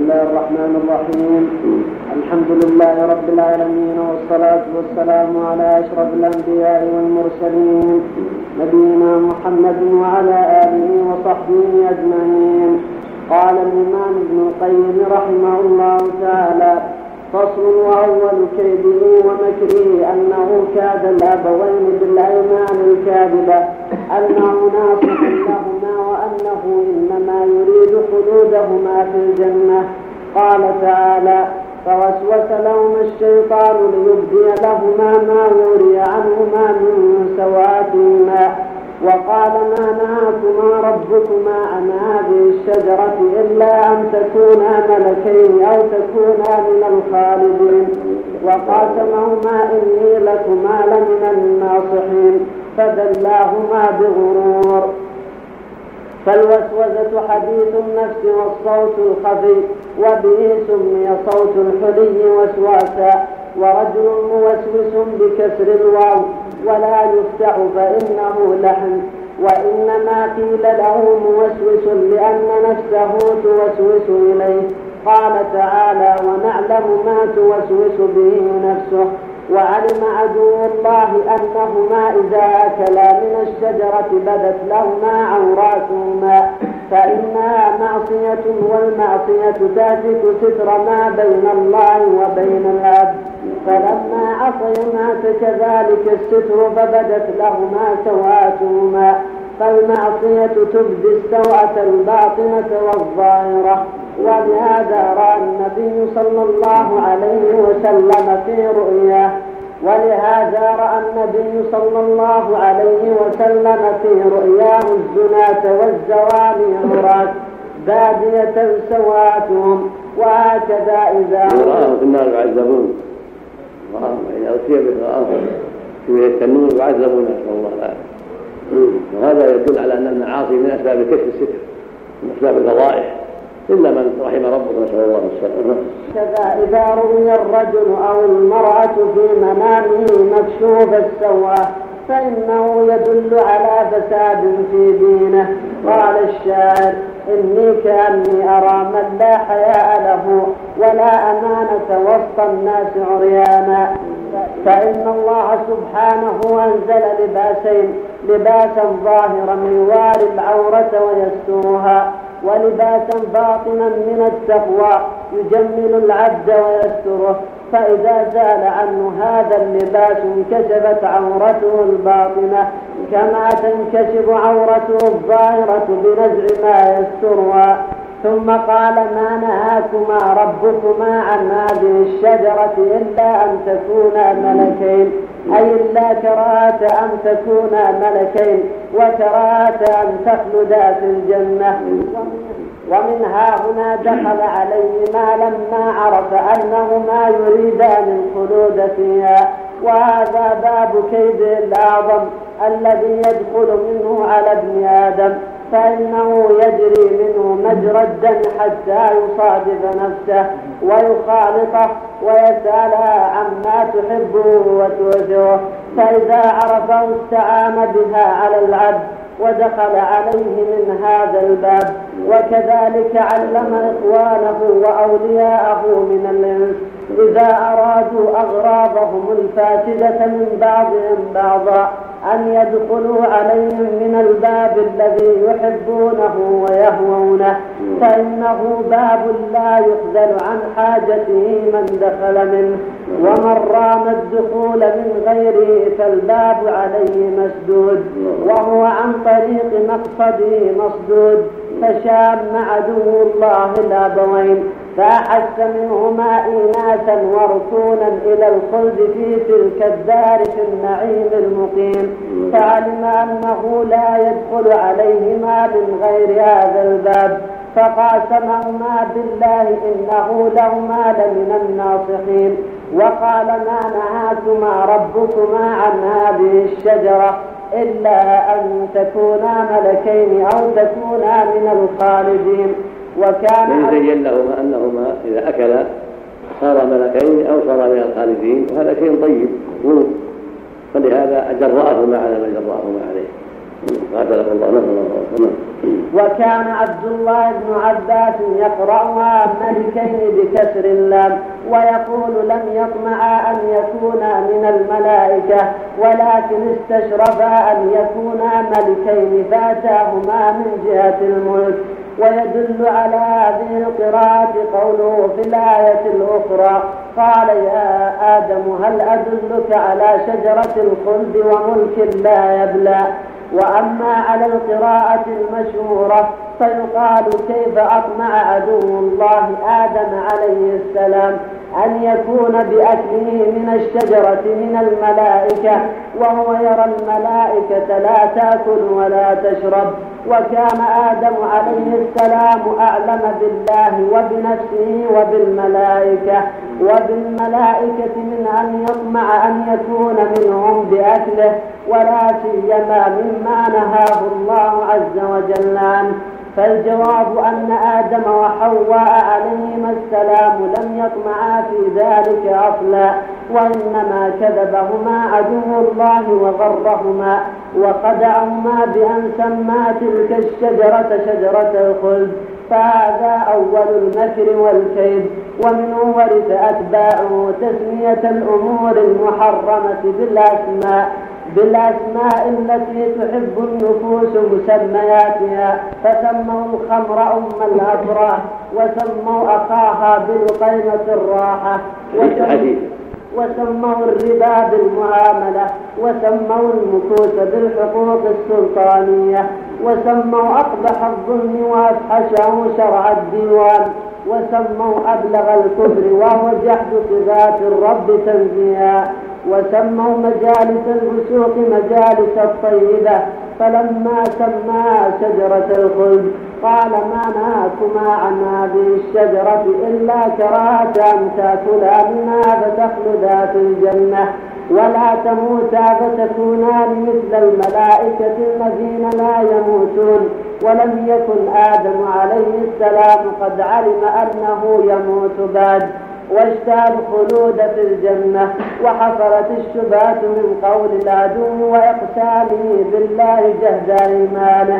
الله الرحمن الرحيم. الحمد لله رب العالمين، والصلاة والسلام على أشرف الأنبياء والمرسلين نبينا محمد وعلى آله وصحبه أجمعين. قال الإمام ابن القيم رحمه الله تعالى: فصل. وأول كيده ومكره أنه كاد الأبوين بالأيمان الكاذبة أنه ناصح لهما وأنه إنما يريد خلودهما في الجنة. قال تعالى: فوسوس لهما الشيطان ليبدي لهما ما وري عنهما من سوآتهما وقال: ما نهاكما ربكما عن هذه الشجرة إلا أن تكونا ملكين أو تكونا من الخالدين وقاسمهما إني لكما لمن الناصحين فدلاهما بغرور. فالوسوسة حديث النفس والصوت الخفي، وبه سمي صوت الحلي وسواسا. ورجل موسوس بكسر الواو ولا يفتح فإنه لحن، وإنما قيل له موسوس لأن نفسه توسوس إليه. قال تعالى: ونعلم ما توسوس به نفسه. وعلم عدو الله أنهما إذا أكلا من الشجرة بدت لهما عوراتهما فإنها معصية، والمعصية تهتك ستر ما بين الله وبين العبد. فلما عصينا فكذلك الستر فبدت لهما سوآتهما. فالمعصية تبدي السوءة الباطنة والظاهرة. ولهذا رأى النبي صلى الله عليه وسلم في رؤياه الزناة والزواني عراة بادية سواتهم. وهكذا إذا رآهم في النار يعذبون، رآهم إذا أتي به رآهم في التنور يعذبون، نسأل الله العافية. وهذا يدل على أن المعاصي من أسباب كشف الستر، من أسباب الفضائح، إلا من رحم ربك، نسأل الله السلامة. كذا إذا رؤي الرجل أو المرأة في منامه مكشوف السوءة فإنه يدل على فساد في دينه. قال الشاعر: إني كأني أرى من لا حياء له ولا أمانة وسط الناس عريانا. فإن الله سبحانه أنزل لباسين: لباسا ظاهرا يواري العورة ويسترها، ولباسا باطنا من التقوى يجمل العبد ويستره. فإذا زال عنه هذا اللباس انكشفت عورته الباطنة كما تنكشف عورته الظاهرة بنزع ما يسترها. ثم قال: ما نهاكما ربكما عن هذه الشجرة إلا أن تكونا ملكين، أي إلا كراهة أن تكونا ملكين وكراهة أن تخلدا في الجنة. ومنها هنا دخل عليهما لما عرف أنهما يريدان الخلود فيها. وهذا باب كيد الأعظم الذي يدخل منه على ابن آدم، فإنه يجري منه مجرى الدم حتى يصادف نفسه ويخالطه ويسألها عما تحبه وتؤثره، فإذا عرفه استعان بها على العبد ودخل عليه من هذا الباب. وكذلك علم إخوانه وأولياءه من الإنس إذا أرادوا أغراضهم الفاسدة من بعضهم بعضا أن يدخلوا عليهم من الباب الذي يحبونه ويهوونه، فإنه باب لا يخذل عن حاجته من دخل منه، ومن رام الدخول من غيره فالباب عليه مسدود وهو عن طريق مقصده مصدود. فشام عدو الله الأبوين فأحس منهما إيناسا وركونا إلى الخلد في تلك الدار في النعيم المقيم، فعلم أنه لا يدخل عليهما من غير هذا الباب، فقاسمهما بالله إنه لهما لمن الناصحين. وقال: ما نهاكما ربكما عن هذه الشجرة إلا أن تكونا ملكين أو تكونا من الخالدين. وكان يتبين لهما أنهما إذا أكلا صار ملكين أو صار من الخالدين، وهذا شيء طيب مطلوب، فلهذا جرأهما على ما جرأهما عليه. قاتله الله نسأل الله السلامة. وكان عبد الله بن عباس يقرأها ملكين بكسر اللام ويقول لم يطمعا أن يكونا من الملائكة ولكن استشرفا أن يكونا ملكين فأتاهما من جهة الملك. ويدل على هذه القراءة قوله في الآية الأخرى قال يا آدم هل أدلك على شجرة الخلد وملك لا يبلى. وأما على القراءة المشهورة فيقال كيف أطمع عدو الله آدم عليه السلام أن يكون بأكله من الشجرة من الملائكة وهو يرى الملائكة لا تأكل ولا تشرب. وكان آدم عليه السلام أعلم بالله وبنفسه وبالملائكة من أن يطمع أن يكون منهم بأكله ولا سيما مما نهاه الله عز وجل عنه. فالجواب أن آدم وحواء عليهما السلام لم يطمعا في ذلك أصلا وإنما كذبهما عدو الله وغرهما وخدعهما بأن سمى تلك الشجرة شجرة الخلد. فهذا أول المكر والكيد. ومنه ورث أتباعه تسمية الأمور المحرمة بالأسماء التي تحب النفوس مسمياتها فسموا الخمر أم الأفراح وسموا أخاها بالقيمة الراحة وسموا الربا بالمعاملة وسموا المكوس بالحقوق السلطانية وسموا أقبح الظلم وأفحشه شرع الديوان وسموا أبلغ الكفر وهو جحد صفات الرب تنزيها وسموا مجالس الفسوق مجالس الطيبة. فلما سماها شجرة الخلد قال ما نهاكما عن هذه الشجرة إلا كراهة أن تأكلا منها فتخلدا في الجنة ولا تموتا فتكونان مثل الملائكة الذين لا يموتون. ولم يكن آدم عليه السلام قد علم أنه يموت بعد واشتهى الخلود في الجنة. وحصلت الشبهة من قول العدو وإقسامه بالله جهد إيمانه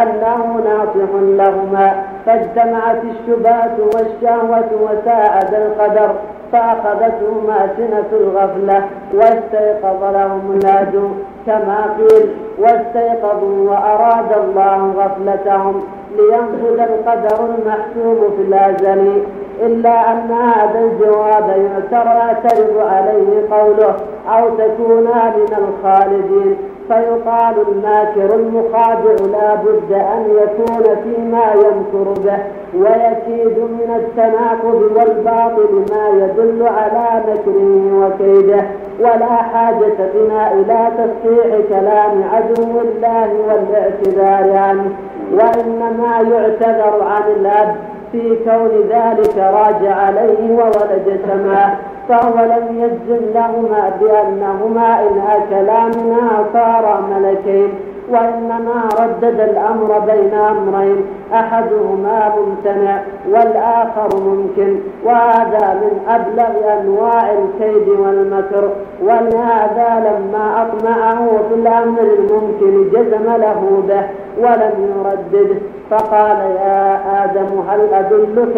أنه ناصح لهما فاجتمعت الشبهة والشهوة وساعد القدر فأخذتهما سنة الغفلة واستيقظ لهم العدو كما قيل واستيقظوا وأراد الله غفلتهم لينفذ القدر المحتوم في الأزل. إلا أن هذا الجواب يعترض عليه قوله أو تكونا من الخالدين فيقال الماكر المخادع لا بد أن يكون فيما يمكر به ويكيد من التناقض والباطل ما يدل على مكره وكيده. ولا حاجة بنا إلى تصحيح كلام عدو الله والاعتذار عنه وإنما يعتذر عن الأب في كون ذلك راجع عليه وولد سماه فهو لم يجزم لهما بأنهما إن أكلا منها صارا ملكين وإنما ردد الأمر بين أمرين أحدهما ممتنع والآخر ممكن وهذا من أبلغ أنواع الكيد والمكر. ولهذا لما أطمعه في الأمر الممكن جزم له به ولم يردده فقال يا آدم هل أدلك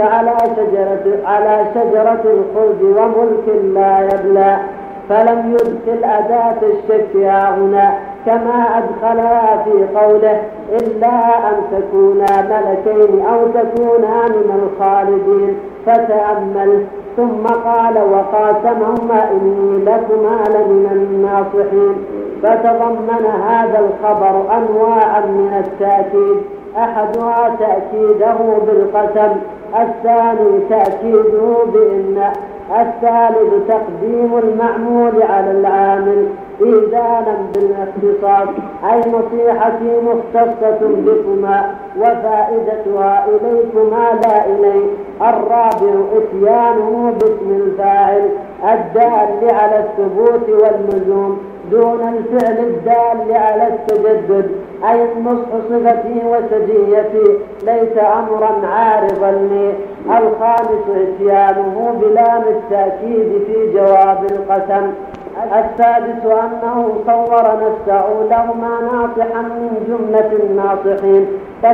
على شجرة الخلد وملك لا يبلى. فلم يدخل أداة الشك هنا كما أدخلها في قوله إلا أن تكونا ملكين أو تكونا من الخالدين فتأمل. ثم قال وقاسمهما إني لكما لمن الناصحين. فتضمن هذا الخبر أنواعا من التأكيد أحدها تأكيده بالقسم الثاني تأكيده بإن الثالث تقديم المعمول على العامل إيذانا بالاختصاص أي نصيحتي مختصة بكما وفائدتها إليكما لا إلي. الرابع إتيانه باسم الفاعل الدال على الثبوت واللزوم دون الفعل الدال على التجدد أي النصح صفتي وسجيتي ليس أمرا عارضا لي. الخامس إتيانه بلام التأكيد في جواب القسم السادس أنه صور نفسه لهما ناصحا من جملة الناصحين،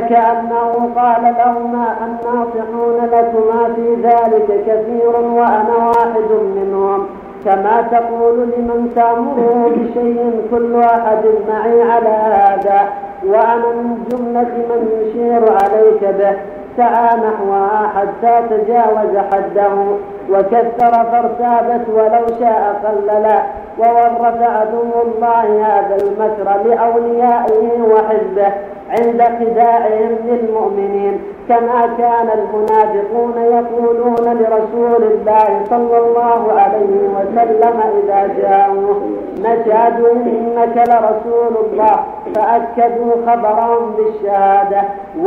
فكأنه قال لهما الناصحون لكما في ذلك كثير وأنا واحد منهم، كما تقول لمن تأمره بشيء كل أحد معي على هذا وأنا من جملة من يشير عليك به. سعى نحوها حتى تجاوز حده وكثر فارتابت ولو شاء قللا، وورث عدو الله هذا المكر لأوليائه وحزبه عند خداعهم للمؤمنين، كما كان المنافقون يقولون لرسول الله صلى الله عليه وسلم إذا جاءوه نشهد إنك لرسول الله، فأكدوا خبرهم بالشهادة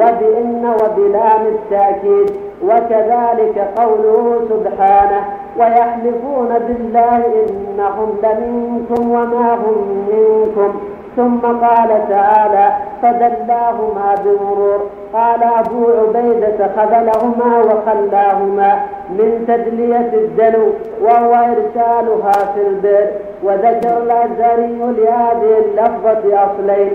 وبإن وبلام التأكيد. وكذلك قوله سبحانه ويحلفون بالله إنهم لمنكم وما هم منكم. ثم قال تعالى فدلاهما بغرور. قال أبو عبيدة خذلهما وخلاهما من تدلية الدلو وهو إرسالها في البئر. وذكر الأزهري لهذه اللفظة أصلين،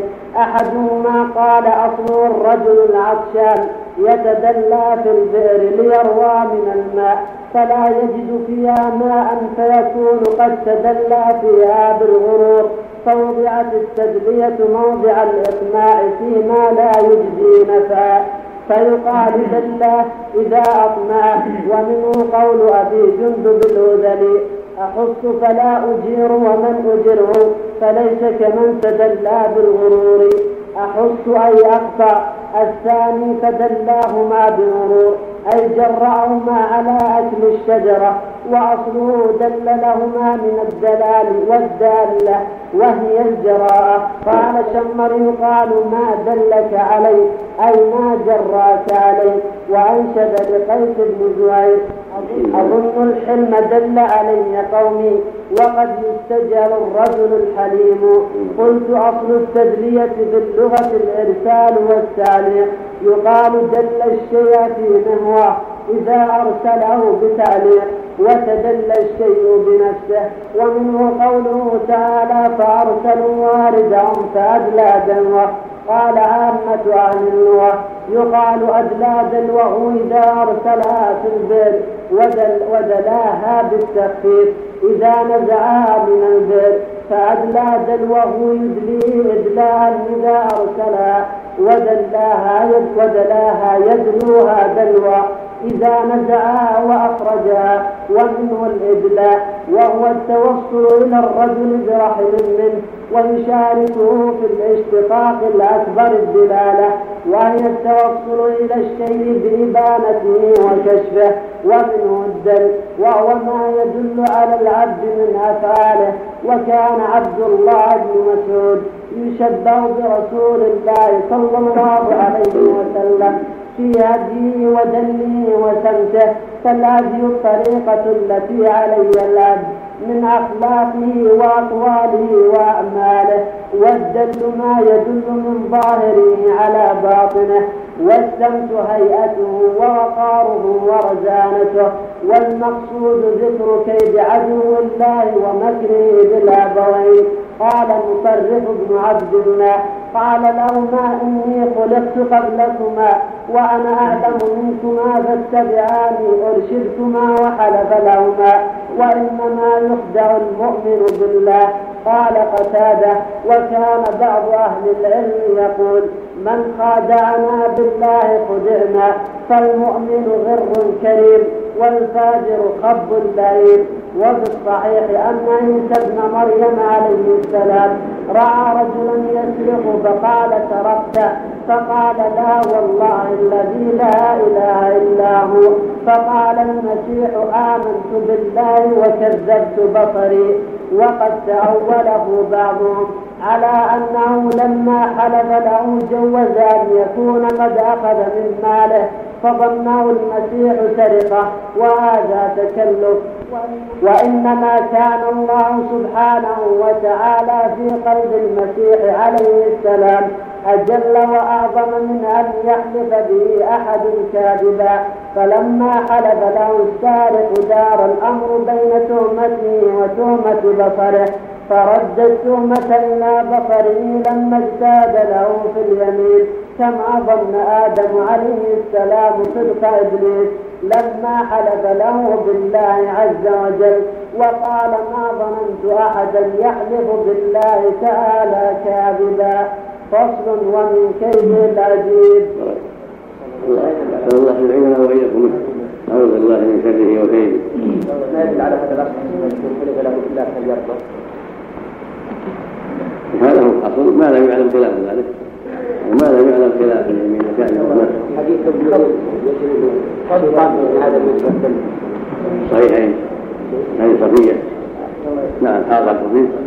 أحدهما قال أصله الرجل العطشان يتدلى في البئر ليروى من الماء فلا يجد فيها ماء فيكون قد تدلى فيها بالغرور، فوضعت التدلية موضع الإطماع فيما لا يجدي نفعا فيقال دلة إذا أطمع. ومنه قول أبي جندب الهذلي أحس فلا أجير ومن أجره فليس كمن تدلى بالغرور. أحس أي أقطع. الثاني فدلاهما بالغرور أي جرأهما على أكل الشجرة، وأصله دل لهما من الدلال والدالة وهي الجراءة. قال شمر يقال ما دلك عليه أي ما جراك عليه. وأنشد لقيس بن زهير أظن الحلم دل علي قومي وقد يستجل الرجل الحليم. قلت أصل التدلية باللغة الإرسال والتعليق، يقال دل الشيء في نهوه إذا أرسله بتعليق وتدل الشيء بنفسه. ومنه قوله تعالى فأرسلوا واردهم فأدلى دلوه. قال عامة أهل اللغة يقال أدلى دلوه إذا أرسلها في البئر ودلاها بالتخفيف إذا نزعها من البئر، فأدلى دلوه يدليه إدلاء إذا أرسلها ودلاها يدلوها دلوى إذا نزعها وأخرجها. ومنه الإدلاء وهو التوصل إلى الرجل برحم منه ويشاركه في الاشتقاق الأكبر الدلالة، وهي التوصل إلى الشيء بإبانته وكشفه. ومنه الدل وهو ما يدل على العبد من أفعاله. وكان عبد الله بن مسعود يشبه برسول الله صلى الله عليه وسلم في هديه ودله وسمته، فالهدي الطريقة التي علي العبد من أخلاقه وأقواله وأعماله، والدل ما يدل من ظاهره على باطنه، والسمت هيئته ووقاره ورزانته. والمقصود ذكر كيد عدو الله ومكره بالأبوين. قال مطرف بن عبد الله قال لهما إني خلقت قبلكما وأنا أعلم منكما فاتبعاني أرشدكما. وحلف لهما وإنما يخدع المؤمن بالله. قال قتادة وكان بعض أهل العلم يقول من خادعنا بالله خدعنا، فالمؤمن غر كريم والفاجر خب لئيم. وفي الصحيح أن عيسى ابن مريم عليه السلام رأى رجلا يسرق فقال سرقت، فقال لا والله الذي لا إله إلا هو. فقال المسيح آمنت بالله وكذبت بصري. وقد تأوله بعضهم على أنه لما حلف له جوز أن يكون قد أخذ من ماله فظنه المسيح سرقة، وهذا تكلف. وإنما كان الله سبحانه وتعالى في قلب المسيح عليه السلام أجل وأعظم من أن يحلف به أحد كاذبا. فلما حلف له السارق دار الأمر بين تهمته وتهمة بصره، فرد التهمة إلى بصره لما اجتاد له في اليمين، كما ظن آدم عليه السلام صدق إبليس لما حلف له بالله عز وجل وقال ما ظننت أحدا يحلف بالله تعالى كاذبا. فصل ومن كيده العجيب. الله يعيننا وإياكم. أعوذ بالله من شره وكيده. ما يدل على هذا الأصل حلف له بالله فليرضى. هذا هو الأصل، ما لم يعلم خلاف ذلك وما لم يعلم خلاف اليمين كان حديث ابن هذا صحيحين هذه صفية. نعم هذا صفية.